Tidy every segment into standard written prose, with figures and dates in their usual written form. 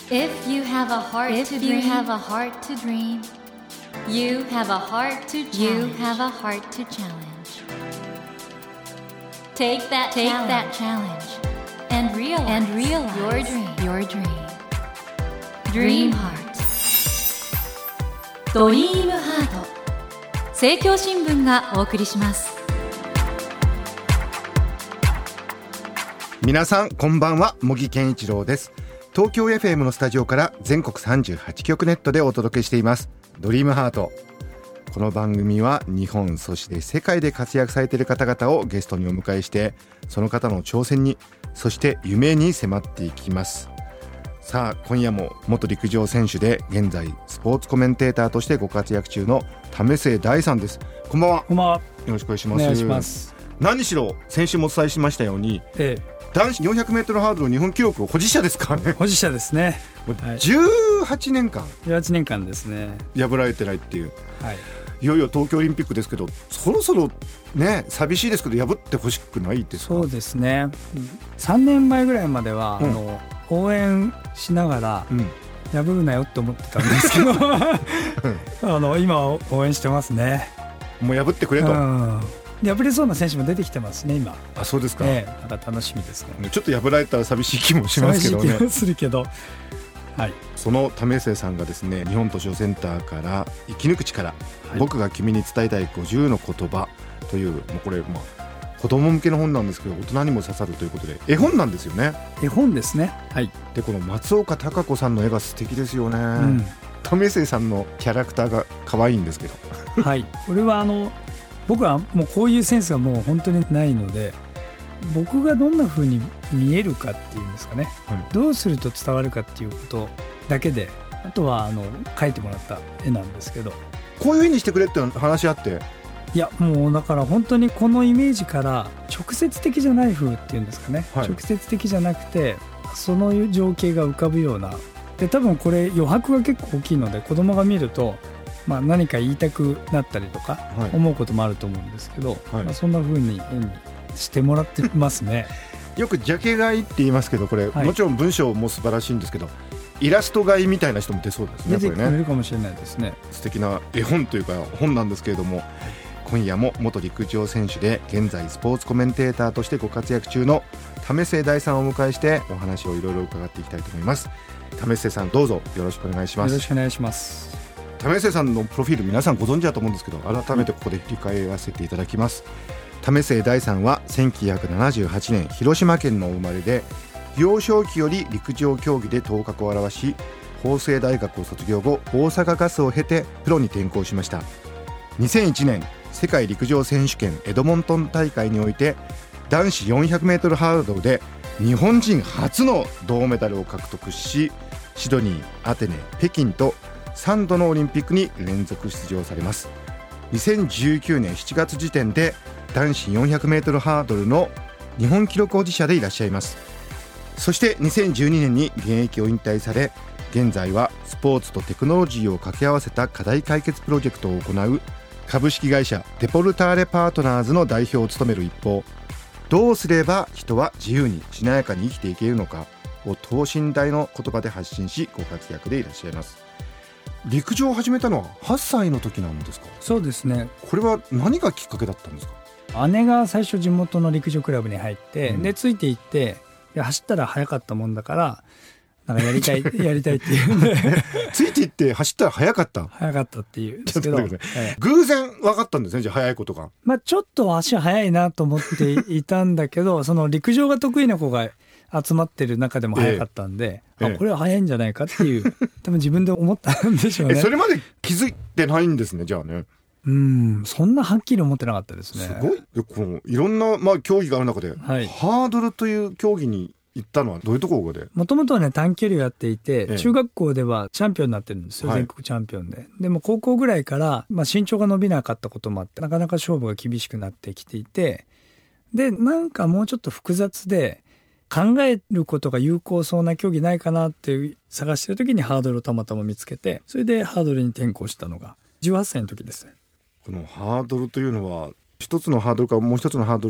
If you have a heart to dream, you have a heart to dream. You have a heart to challenge. You have a heart to challenge. Take that challenge and realize your dream. Dream Heart. ドリームハート。政教新聞がお送りします。 皆さんこんばんは、茂木健一郎です。東京 FM のスタジオから全国38局ネットでお届けしていますドリームハート。この番組は日本そして世界で活躍されている方々をゲストにお迎えして、その方の挑戦にそして夢に迫っていきます。さあ今夜も元陸上選手で現在スポーツコメンテーターとしてご活躍中の為末大さんです。こんばんは。 こんばんは。 よろしくお願いします。 お願いします。 何しろ先週もお伝えしましたように、男子 400m ハードル日本記録保持者ですからね。 保持者ですね。 18年間 18年間ですね。 破られてないっていう、 はい、 いよいよ東京オリンピックですけど、そろそろね寂しいですけど破ってほしくないですか？ そうですね。3年前ぐらいまでは、応援しながら、破るなよって思ってたんですけど今は応援してますね。もう破ってくれと、 破れそうな選手も出てきてますね今。 あ、そうですか。 また楽しみですね。 ちょっと破られたら寂しい気もしますけどね。 寂しい気もするけど、はい、その為末さんがですね、日本図書センターから生き抜く力、僕が君に伝えたい50の言葉という、もうこれ子供向けの本なんですけど大人にも刺さるということで絵本なんですよね。 絵本ですね。はい。 でこの松岡貴子さんの絵が素敵ですよね。為末さんのキャラクターが可愛いんですけどはい。これは僕はもうこういうセンスがもう本当にないので、僕がどんな風に見えるかっていうんですかね、どうすると伝わるかっていうことだけで、あとは描いてもらった絵なんですけど、 こういう風にしてくれって話し合って、 いやもうだから本当にこのイメージから直接的じゃない風っていうんですかね、直接的じゃなくてその情景が浮かぶようなで、多分これ余白が結構大きいので子供が見ると何か言いたくなったりとか思うこともあると思うんですけど、そんな風に絵にしてもらってますね。 よくジャケ買いって言いますけど、これ、もちろん文章も素晴らしいんですけど、イラスト買いみたいな人も出そうですね。 出てくれるかもしれないですね。 素敵な絵本というか本なんですけれども、今夜も元陸上選手で現在スポーツコメンテーターとしてご活躍中の為末大さんをお迎えしてお話をいろいろ伺っていきたいと思います。為末さん、どうぞよろしくお願いします。 よろしくお願いします。 為末さんのプロフィール皆さんご存知だと思うんですけど、改めてここで振り返らせていただきます。為末大さんは1978年広島県のお生まれで、幼少期より陸上競技で頭角を現し、法政大学を卒業後大阪ガスを経てプロに転向しました。2001年世界陸上選手権エドモントン大会において男子 400m ハードルで日本人初の銅メダルを獲得し、シドニー、アテネ、北京と3度のオリンピックに連続出場されます。2019年7月時点で男子 400m ハードルの日本記録保持者でいらっしゃいます。そして2012年に現役を引退され、現在はスポーツとテクノロジーを掛け合わせた課題解決プロジェクトを行う株式会社デポルターレパートナーズの代表を務める一方、どうすれば人は自由にしなやかに生きていけるのかを等身大の言葉で発信しご活躍でいらっしゃいます。陸上を始めたのは8歳の時なんですか？ そうですね。 これは何がきっかけだったんですか？ 姉が最初地元の陸上クラブに入って、でついていって、走ったら速かったもんだからなんかやりたいっていうんでついていって走ったら速かったっていうんですけど、 偶然分かったんですね、じゃあ速いことが。 ちょっと足速いなと思っていたんだけどその陸上が得意な子が集まってる中でも速かったんで、これは速いんじゃないかっていう多分自分で思ったんでしょうね。 それまで気づいてないんですね、じゃあね。 そんなはっきり思ってなかったですね。 すごい。このいろんな競技がある中で、ハードルという競技に行ったのはどういうところで？ もともとはね短距離をやっていて、中学校ではチャンピオンになってるんですよ、全国チャンピオンで。でも高校ぐらいから、身長が伸びなかったこともあってなかなか勝負が厳しくなってきていて、でなんかもうちょっと複雑で考えることが有効そうな競技ないかなって探してる時にハードルをたまたま見つけて、それでハードルに転向したのが18歳の時ですね。 このハードルというのは一つのハードルからもう一つのハードル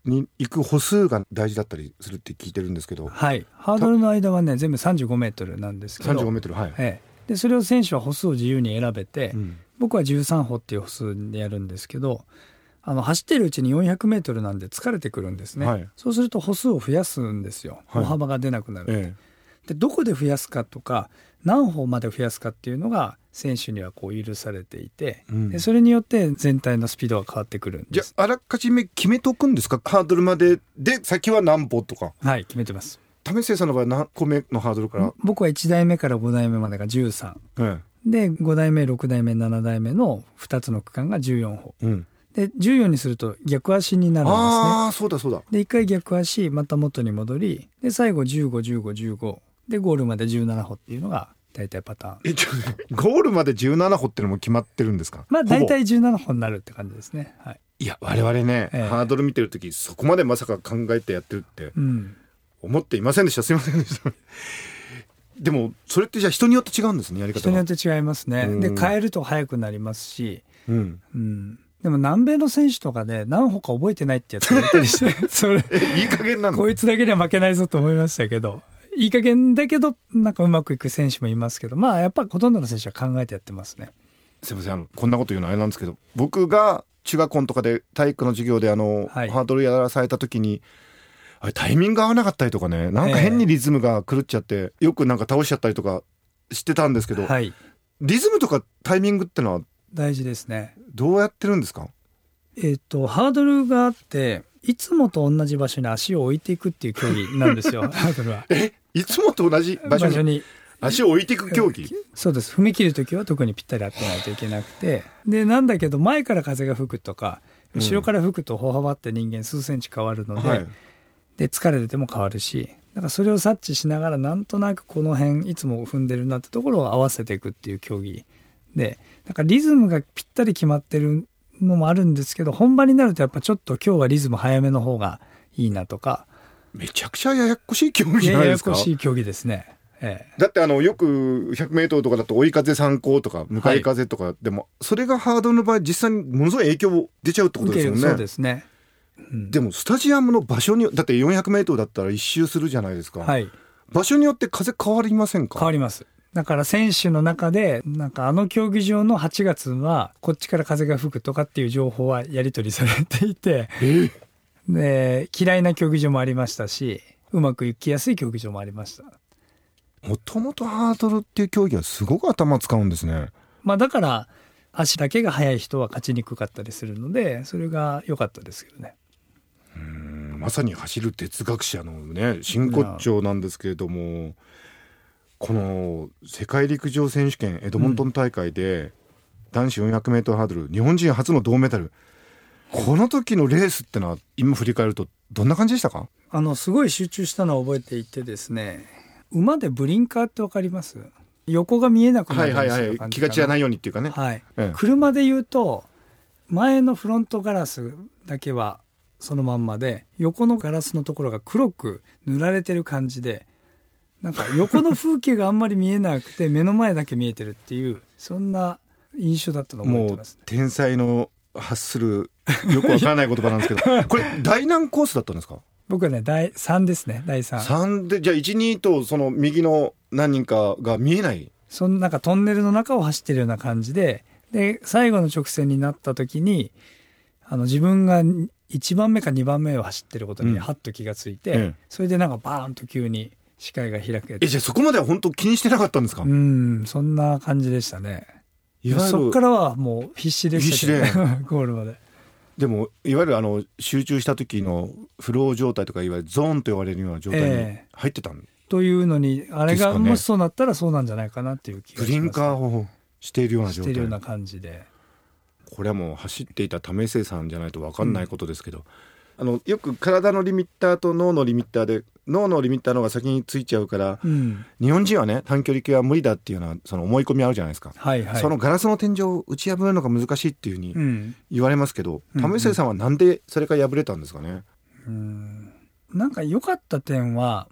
に行く歩数が大事だったりするって聞いてるんですけど、 はい、ハードルの間はね全部35メートルなんですけど、 35メートル、はい、 でそれを選手は歩数を自由に選べて、僕は13歩っていう歩数でやるんですけど、走ってるうちに400メートルなんで疲れてくるんですね、はい、そうすると歩数を増やすんですよ、歩幅が出なくなる、でどこで増やすかとか何歩まで増やすかっていうのが選手にはこう許されていて、でそれによって全体のスピードが変わってくるんです。 じゃああらかじめ決めとくんですか、ハードルまでで先は何歩とか。 はい、決めてます。 為末さんの場合何個目のハードルから？ 僕は1台目から5台目までが13、で5台目6台目7台目の2つの区間が14歩、で14にすると逆足になるんですね。 ああ、そうだそうだ。 で1回逆足また元に戻り、で最後151515でゴールまで17歩っていうのが大体パターン。 ゴールまで17歩ってのも決まってるんですか？ まあ大体17歩になるって感じですね、はい、 いや我々ね、ハードル見てるときそこまでまさか考えてやってるって思っていませんでした。すいませんでしたでもそれってじゃあ人によって違うんですね、やり方が。 人によって違いますね。で変えると速くなりますし、でも南米の選手とかで何歩か覚えてないってやつがいたりしてそれいい加減なの？ こいつだけでは負けないぞと思いましたけど、いい加減だけどなんかうまくいく選手もいますけど、まあやっぱほとんどの選手は考えてやってますね。 すいません、こんなこと言うのあれなんですけど、僕が中学校とかで体育の授業でハードルやらされた時にあれタイミング合わなかったりとかね、なんか変にリズムが狂っちゃって、よくなんか倒しちゃったりとかしてたんですけど、リズムとかタイミングってのは大事ですね。 どうやってるんですか？ ハードルがあっていつもと同じ場所に足を置いていくっていう競技なんですよハードルは。 いつもと同じ場所に足を置いていく競技？ そうです。踏み切るときは特にぴったり合ってないといけなくて、でなんだけど前から風が吹くとか後ろから吹くと歩幅って人間数センチ変わるので、で疲れてても変わるし、だからそれを察知しながらなんとなくこの辺いつも踏んでるなってところを合わせていくっていう競技で、だからリズムがぴったり決まってるのもあるんですけど、本番になるとやっぱちょっと今日はリズム早めの方がいいなとか。 めちゃくちゃややこしい競技じゃないですか。 ややこしい競技ですね。 だってよく 100m とかだと追い風参考とか向かい風とかでも、それがハードルの場合実際にものすごい影響出ちゃうってことですよね。 そうですね、 でもスタジアムの場所にだって 400m だったら一周するじゃないですか、場所によって風変わりませんか？変わります。だから選手の中でなんか競技場の8月はこっちから風が吹くとかっていう情報はやり取りされていて、で嫌いな競技場もありましたし、うまくいきやすい競技場もありました。 もともとハードルっていう競技はすごく頭使うんですね。 だから足だけが速い人は勝ちにくかったりするので、それが良かったですけどね。 まさに走る哲学者のね真骨頂なんですけれども、この世界陸上選手権エドモントン大会で男子 400m ハードル日本人初の銅メダル、この時のレースってのは今振り返るとどんな感じでしたか？ すごい集中したのを覚えていてですね、馬でブリンカーって分かります？横が見えなくなるんですよ、 気が散らないようにっていうかね、 車で言うと前のフロントガラスだけはそのまんまで、横のガラスのところが黒く塗られてる感じで、なんか横の風景があんまり見えなくて目の前だけ見えてるっていう、そんな印象だったのを覚えてます、 もう天才の発するよくわからない言葉なんですけどこれ大難コースだったんですか？ 僕はね第3ですね。第3 で、じゃあ 1,2 とその右の何人かが見えない、 そのなんかトンネルの中を走ってるような感じで、で最後の直線になった時に自分が1番目か2番目を走ってることにハッと気がついて、それでなんかバーンと急に視界が開けて、 じゃあそこまでは本当気にしてなかったんですか？ そんな感じでしたね。そっからはもう必死でしたけどゴールまで。 でもいわゆる集中した時のフロー状態とかいわゆるゾーンと言われるような状態に入ってたんというのに、あれがもしそうなったらそうなんじゃないかなっていう気がします。 グリーンカーをしているような状態、 しているような感じで、 これはもう走っていた為末さんじゃないと分かんないことですけど、よく体のリミッターと脳のリミッターで、脳のリミッターの方が先についちゃうから、日本人はね短距離系は無理だっていうようなその思い込みあるじゃないですか、そのガラスの天井を打ち破るのが難しいっていうふうに言われますけど、為末さんはなんでそれが破れたんですかね？ なんか良かった点は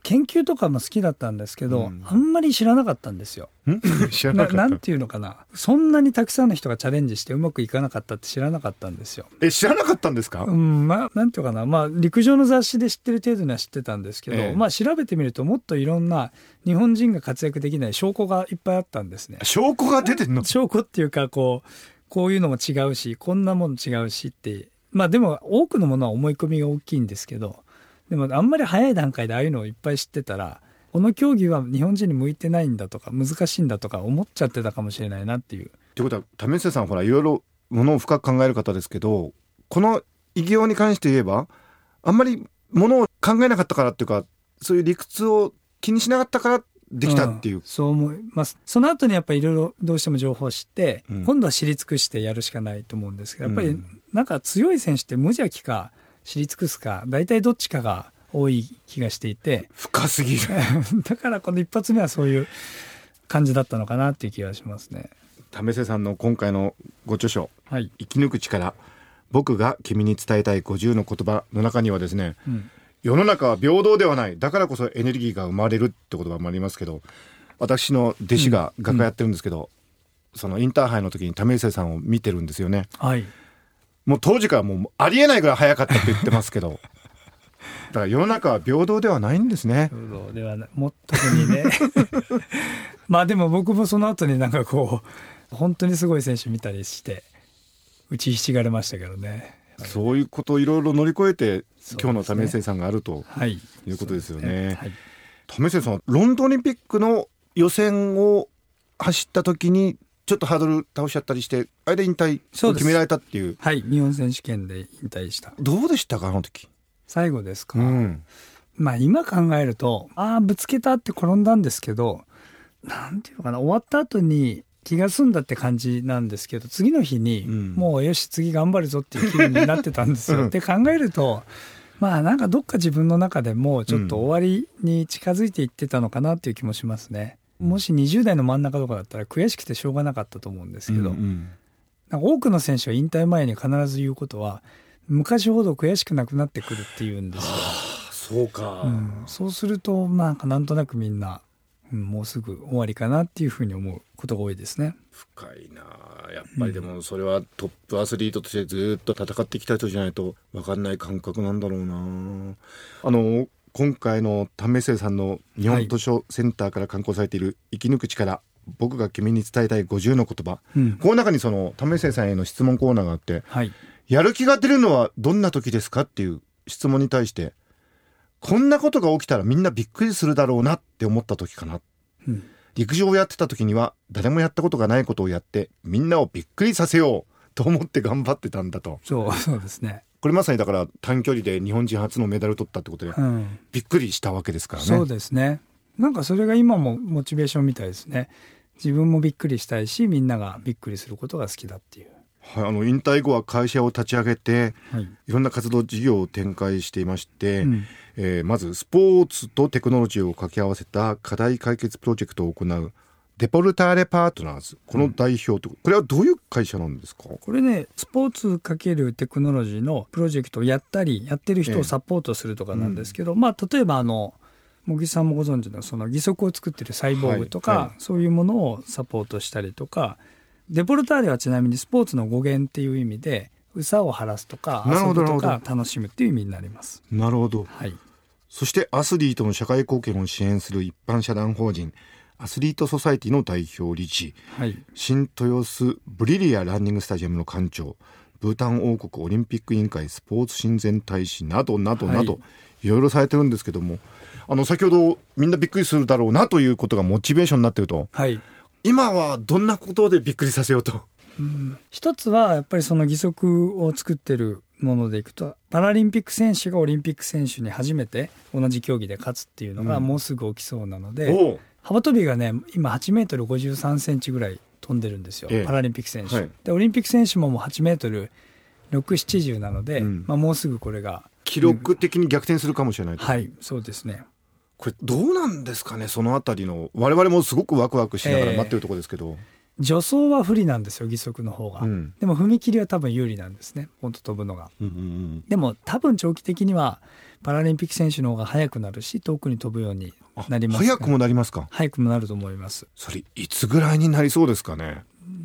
研究とかも好きだったんですけど、あんまり知らなかったんですよ。 知らなかった。 なんていうのかな、そんなにたくさんの人がチャレンジしてうまくいかなかったって知らなかったんですよ。 知らなかったんですか？ なんていうかな、陸上の雑誌で知ってる程度には知ってたんですけど、調べてみるともっといろんな日本人が活躍できない証拠がいっぱいあったんですね。 証拠が出てんの？ 証拠っていうかこういうのも違うし、こんなもの違うしって、でも多くのものは思い込みが大きいんですけど、でもあんまり早い段階でああいうのをいっぱい知ってたら、この競技は日本人に向いてないんだとか難しいんだとか思っちゃってたかもしれないなっていう。 ということは為末さん、ほらいろいろものを深く考える方ですけど、この偉業に関して言えばあんまりものを考えなかったからっていうか、そういう理屈を気にしなかったからできたっていう、 そう思います。その後にやっぱりいろいろどうしても情報を知って、今度は知り尽くしてやるしかないと思うんですけど、やっぱりなんか強い選手って無邪気か知り尽くすか、大体どっちかが多い気がしていて、 深すぎるだからこの一発目はそういう感じだったのかなっていう気がしますね。 為末さんの今回のご著書、 生き抜く力、僕が君に伝えたい50の言葉の中にはですね、世の中は平等ではない、だからこそエネルギーが生まれるって言葉もありますけど、私の弟子が画家やってるんですけど、そのインターハイの時に為末さんを見てるんですよね。もう当時からもうありえないぐらい早かったって言ってますけどだから世の中は平等ではないんですね。 平等ではない、もっと特にねでも僕もその後になんか本当にすごい選手見たりして打ちひしがれましたけどね。 そういうことをいろいろ乗り越えて、今日の為末さんがあるということですよね。為末さんはロンドンオリンピックの予選を走った時にちょっとハードル倒しちゃったりして、あれで引退を決められたっていう。 日本選手権で引退した。 どうでしたか、あの時。 最後ですか。今考えるとぶつけたって転んだんですけど、なんていうのかな、終わった後に気が済んだって感じなんですけど、次の日にもうよし次頑張るぞっていう気分になってたんですよって考えると、なんかどっか自分の中でもちょっと終わりに近づいていってたのかなっていう気もしますね。もし20代の真ん中とかだったら悔しくてしょうがなかったと思うんですけど、なんか多くの選手は引退前に必ず言うことは、昔ほど悔しくなくなってくるっていうんですよ。 そうか、 そうするとなんとなくみんな、もうすぐ終わりかなっていうふうに思うことが多いですね。 深いな。やっぱりでもそれはトップアスリートとしてずっと戦ってきた人じゃないと分かんない感覚なんだろうな。今回の為末さんの日本図書センターから刊行されている生き抜く力、僕が君に伝えたい50の言葉、この中にその為末さんへの質問コーナーがあって、やる気が出るのはどんな時ですかっていう質問に対して、こんなことが起きたらみんなびっくりするだろうなって思った時かな、陸上をやってた時には誰もやったことがないことをやってみんなをびっくりさせようと思って頑張ってたんだと。 そうですね。 これまさにだから短距離で日本人初のメダルを取ったってことで、びっくりしたわけですからね。 そうですね。なんかそれが今もモチベーションみたいですね。自分もびっくりしたいし、みんながびっくりすることが好きだっていう。 引退後は会社を立ち上げて、いろんな活動事業を展開していまして、まずスポーツとテクノロジーを掛け合わせた課題解決プロジェクトを行うデポルターレパートナーズ、この代表と、これはどういう会社なんですか？ これね、スポーツ×テクノロジーのプロジェクトをやったりやってる人をサポートするとかなんですけど、例えば茂木さんもご存知のその義足を作ってるサイボーグとか、そういうものをサポートしたりとか、デポルターレはちなみにスポーツの語源っていう意味で、うさを晴らすとか遊ぶとか楽しむっていう意味になります。 なるほど。そしてアスリートの社会貢献を支援する一般社団法人アスリートソサイティの代表理事、新豊洲ブリリアランニングスタジアムの館長、ブータン王国オリンピック委員会スポーツ親善大使などなどなど、いろいろされてるんですけども、先ほどみんなびっくりするだろうなということがモチベーションになっていると、今はどんなことでびっくりさせようと。 一つはやっぱりその義足を作ってるものでいくと、パラリンピック選手がオリンピック選手に初めて同じ競技で勝つっていうのがもうすぐ起きそうなので、幅跳びがね今8メートル53センチぐらい飛んでるんですよ、パラリンピック選手、でオリンピック選手ももう8メートル6、70なので、もうすぐこれが記録的に逆転するかもしれないと。 そうですね。 これどうなんですかね、そのあたりの我々もすごくワクワクしながら待ってるところですけど、 助走は不利なんですよ義足の方が、でも踏み切りは多分有利なんですね、ポンと飛ぶのが、でも多分長期的にはパラリンピック選手の方が速くなるし遠くに飛ぶようになります、ね、 速くもなりますか？ 速くもなると思います。 それいつぐらいになりそうですかね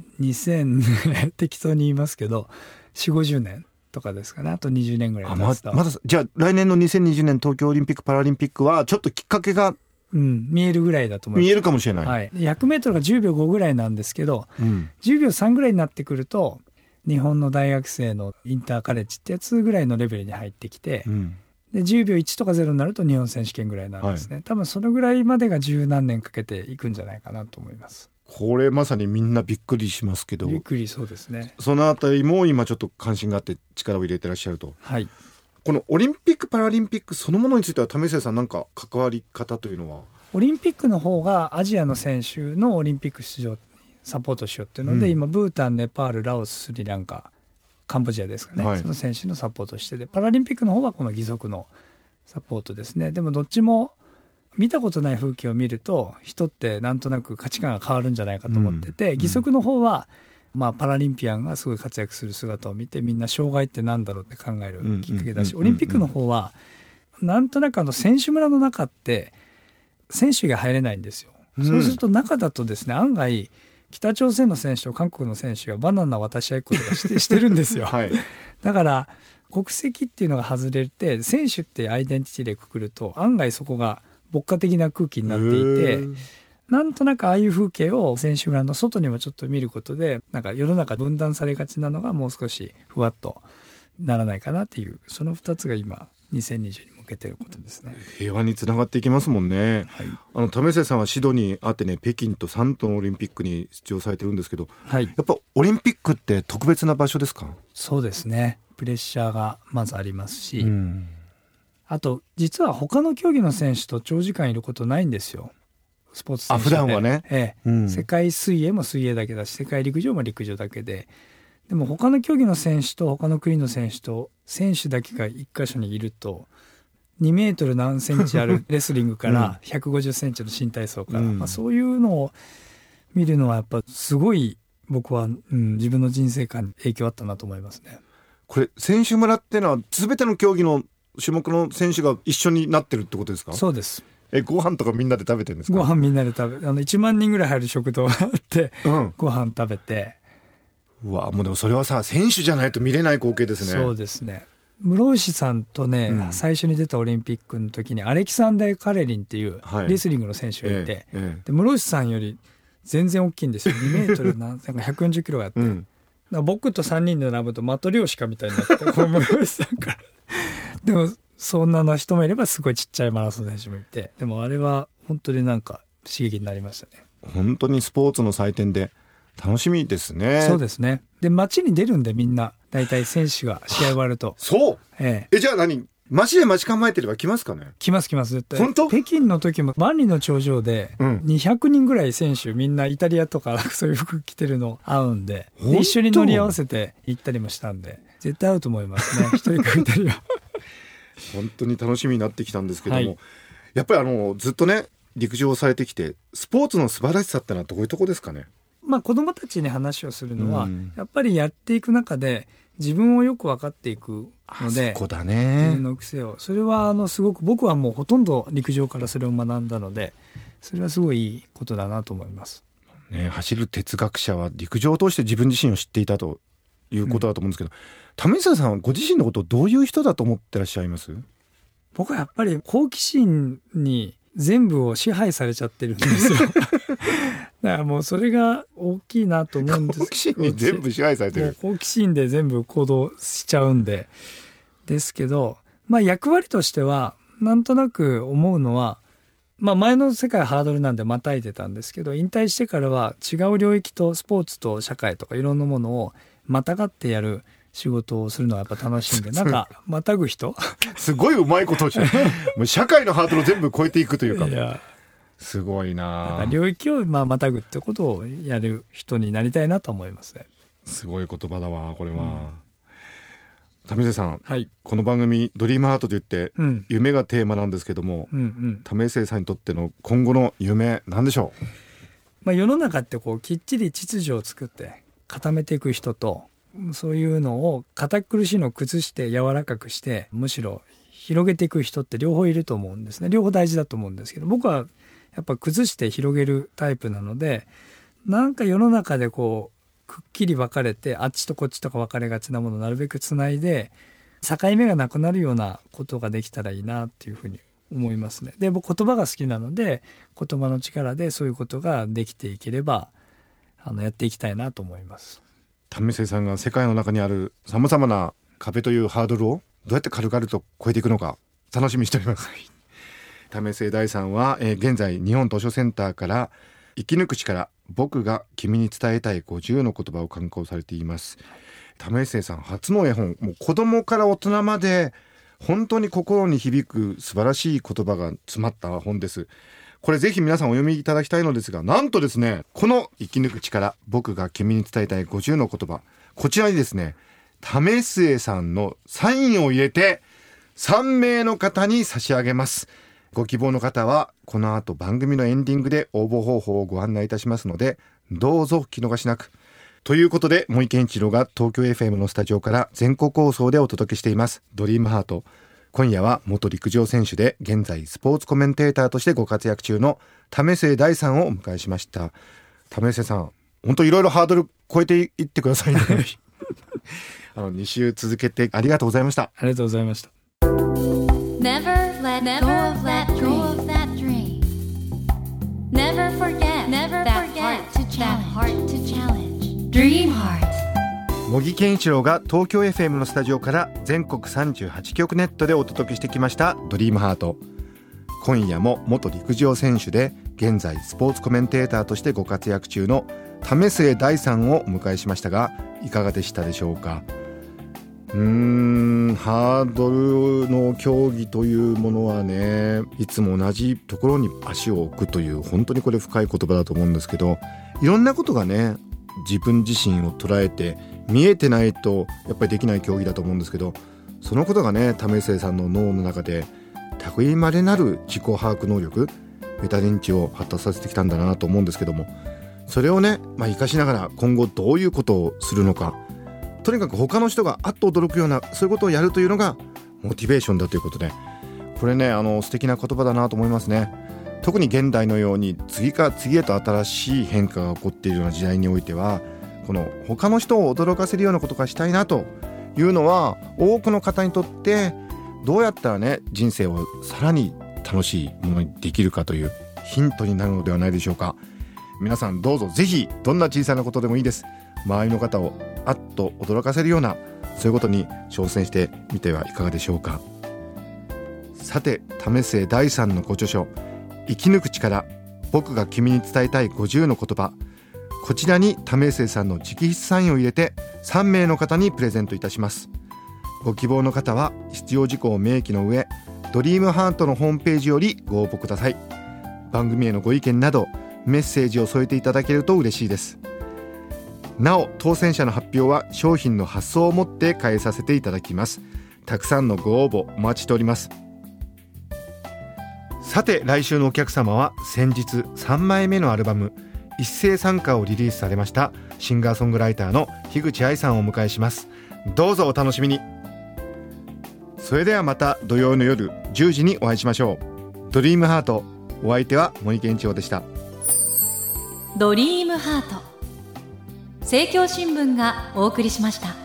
2000適当に言いますけど 4,50 年とかですかね。あと20年ぐらい経つとまだじゃあ来年の2020年東京オリンピックパラリンピックはちょっときっかけが見えるぐらいだと思います。 見えるかもしれない、 はい、100メートルが10秒5ぐらいなんですけど、10秒3ぐらいになってくると日本の大学生のインターカレッジってやつぐらいのレベルに入ってきて、で10秒1とか0になると日本選手権ぐらいなんですね、多分そのぐらいまでが十何年かけていくんじゃないかなと思います。 これまさにみんなびっくりしますけど、 びっくり、そうですね。 そのあたりも今ちょっと関心があって力を入れてらっしゃると。 はい。 このオリンピックパラリンピックそのものについては為末さんなんか関わり方というのは？ オリンピックの方がアジアの選手のオリンピック出場サポートしようっていうので、今ブータン、ネパール、ラオス、スリランカ、カンボジアですかね、その選手のサポートしてて、パラリンピックの方はこの義足のサポートですね。でもどっちも見たことない風景を見ると人ってなんとなく価値観が変わるんじゃないかと思ってて、義足の方はパラリンピアンがすごい活躍する姿を見てみんな障害ってなんだろうって考えるきっかけだし、オリンピックの方はなんとなく選手村の中って選手が入れないんですよ、そうすると中だとですね、案外北朝鮮の選手と韓国の選手がバナナ渡し合いことがしてるんですよ、だから国籍っていうのが外れて選手ってアイデンティティでくくると案外そこが牧歌的な空気になっていて、なんとなくああいう風景を選手村の外にもちょっと見ることでなんか世の中分断されがちなのがもう少しふわっとならないかなっていう、その2つが今2020に向けてることですね。 平和につながっていきますもんね、為末さんはシドニー、アテネ、北京と3都のオリンピックに出場されてるんですけど、やっぱオリンピックって特別な場所ですか？ そうですね、プレッシャーがまずありますし、あと実は他の競技の選手と長時間いることないんですよ、スポーツ選手で。 普段はね、 世界水泳も水泳だけだし世界陸上も陸上だけで、でも他の競技の選手と他の国の選手と選手だけが一箇所にいると2メートル何センチあるレスリングから150センチの新体操から、そういうのを見るのはやっぱすごい僕は、自分の人生観に影響あったなと思いますね。 これ選手村ってのは全ての競技の種目の選手が一緒になってるってことですか？ そうです。 ご飯とかみんなで食べてるんですか？ ご飯みんなで食べ1万人ぐらい入る食堂があって、ご飯食べて、 うわもうでもそれはさ選手じゃないと見れない光景ですね。 そうですね。室伏さんとね、最初に出たオリンピックの時にアレキサンダー・カレリンっていうレスリングの選手がいて、で室伏さんより全然大きいんですよ、2メートルなんか140キロがあって、だから僕と3人で並ぶとマトリョーシカみたいになって室伏さんからでもそんなの人もいればすごいちっちゃいマラソン選手もいて、でもあれは本当になんか刺激になりましたね。 本当にスポーツの祭典で楽しみですね。 そうですね。で街に出るんでみんな大体選手が試合終わるとそう、じゃあ何街で待ち構えてれば来ますかね？来ます絶対。本当？北京の時も万里の長城で200人ぐらい選手みんなイタリアとかそういう服着てるの会うんで、一緒に乗り合わせて行ったりもしたんで絶対会うと思いますね、一人か二人は本当に楽しみになってきたんですけども、やっぱりずっとね陸上をされてきてスポーツの素晴らしさってのはどういうとこですかね？ 子どもたちに話をするのは、やっぱりやっていく中で自分をよく分かっていくので、 そこだね、 自分の癖を、それはすごく僕はもうほとんど陸上からそれを学んだので、それはすごいいいことだなと思います、 走る哲学者は陸上を通して自分自身を知っていたということだと思うんですけど、為末さんはご自身のことをどういう人だと思ってらっしゃいます？ 僕はやっぱり好奇心に全部を支配されちゃってるんですよだからもうそれが大きいなと思うんです。 好奇心に全部支配されてる。 好奇心で全部行動しちゃうんですけど、役割としてはなんとなく思うのは、前の世界ハードルなんでまたいでたんですけど、引退してからは違う領域とスポーツと社会とかいろんなものをまたがってやる仕事をするのはやっぱ楽しいんで、なんかまたぐ人すごいうまいことをしてもう社会のハードルを全部超えていくというか、すごいな。 領域をまたぐってことをやる人になりたいなと思いますね。 すごい言葉だわこれは。為末さん、この番組ドリームハートといって、夢がテーマなんですけども、為末さんにとっての今後の夢何でしょ世の中ってこうきっちり秩序を作って固めていく人と、そういうのを堅苦しいのを崩して柔らかくしてむしろ広げていく人って両方いると思うんですね。両方大事だと思うんですけど、僕はやっぱ崩して広げるタイプなので、なんか世の中でこうくっきり分かれてあっちとこっちとか分かれがちなものをなるべくつないで境目がなくなるようなことができたらいいなっていうふうに思いますね。で、僕言葉が好きなので言葉の力でそういうことができていければやっていきたいなと思います。 為末さんが世界の中にあるさまざまな壁というハードルをどうやって軽々と超えていくのか楽しみにしております。為末大さんは、現在日本図書センターから生き抜く力、僕が君に伝えたい50の言葉を刊行されています。為末さん初の絵本、もう子供から大人まで本当に心に響く素晴らしい言葉が詰まった本です。これぜひ皆さんお読みいただきたいのですが、なんとですね、この生き抜く力、僕が君に伝えたい50の言葉、こちらにですね、為末さんのサインを入れて3名の方に差し上げます。ご希望の方はこの後番組のエンディングで応募方法をご案内いたしますので、どうぞ聞き逃しなく。ということで、森健一郎が東京 FM のスタジオから全国放送でお届けしていますドリームハート。今夜は元陸上選手で現在スポーツコメンテーターとしてご活躍中の為末大さんをお迎えしました。為末さん、本当いろいろハードル超えていってくださいね。2週続けてありがとうございました。 ありがとうございました。 Never let go of that dream. Never forget that heart to challenge. Dream Heart. 茂木健一郎が東京 FM のスタジオから全国38局ネットでお届けしてきましたドリームハート。今夜も元陸上選手で現在スポーツコメンテーターとしてご活躍中の為末大さんをお迎えしましたが、いかがでしたでしょうか。ハードルの競技というものはね、いつも同じところに足を置くという本当にこれ深い言葉だと思うんですけど、いろんなことがね、自分自身を捉えて見えてないとやっぱりできない競技だと思うんですけど、そのことがね、為末さんの脳の中で類いまれなる自己把握能力、メタ認知を発達させてきたんだなと思うんですけども、それをね、生かしながら今後どういうことをするのか、とにかく他の人があっと驚くようなそういうことをやるというのがモチベーションだということで、これね、素敵な言葉だなと思いますね。特に現代のように次から次へと新しい変化が起こっているような時代においては、この他の人を驚かせるようなことがしたいなというのは、多くの方にとってどうやったらね、人生をさらに楽しいものにできるかというヒントになるのではないでしょうか。皆さんどうぞぜひ、どんな小さなことでもいいです。周りの方をあっと驚かせるようなそういうことに挑戦してみてはいかがでしょうか。さて、為末大さんのご著書生き抜く力、僕が君に伝えたい50の言葉、こちらに為末さんの直筆サインを入れて3名の方にプレゼントいたします。ご希望の方は必要事項を明記の上、ドリームハートのホームページよりご応募ください。番組へのご意見などメッセージを添えていただけると嬉しいです。なお、当選者の発表は商品の発送をもって返させていただきます。たくさんのご応募お待ちしております。さて、来週のお客様は先日3枚目のアルバム一斉参加をリリースされましたシンガーソングライターの樋口愛さんをお迎えします。どうぞお楽しみに。それではまた土曜の夜10時にお会いしましょう。ドリームハート、お相手は森健一郎でした。 ドリームハート、政教新聞がお送りしました。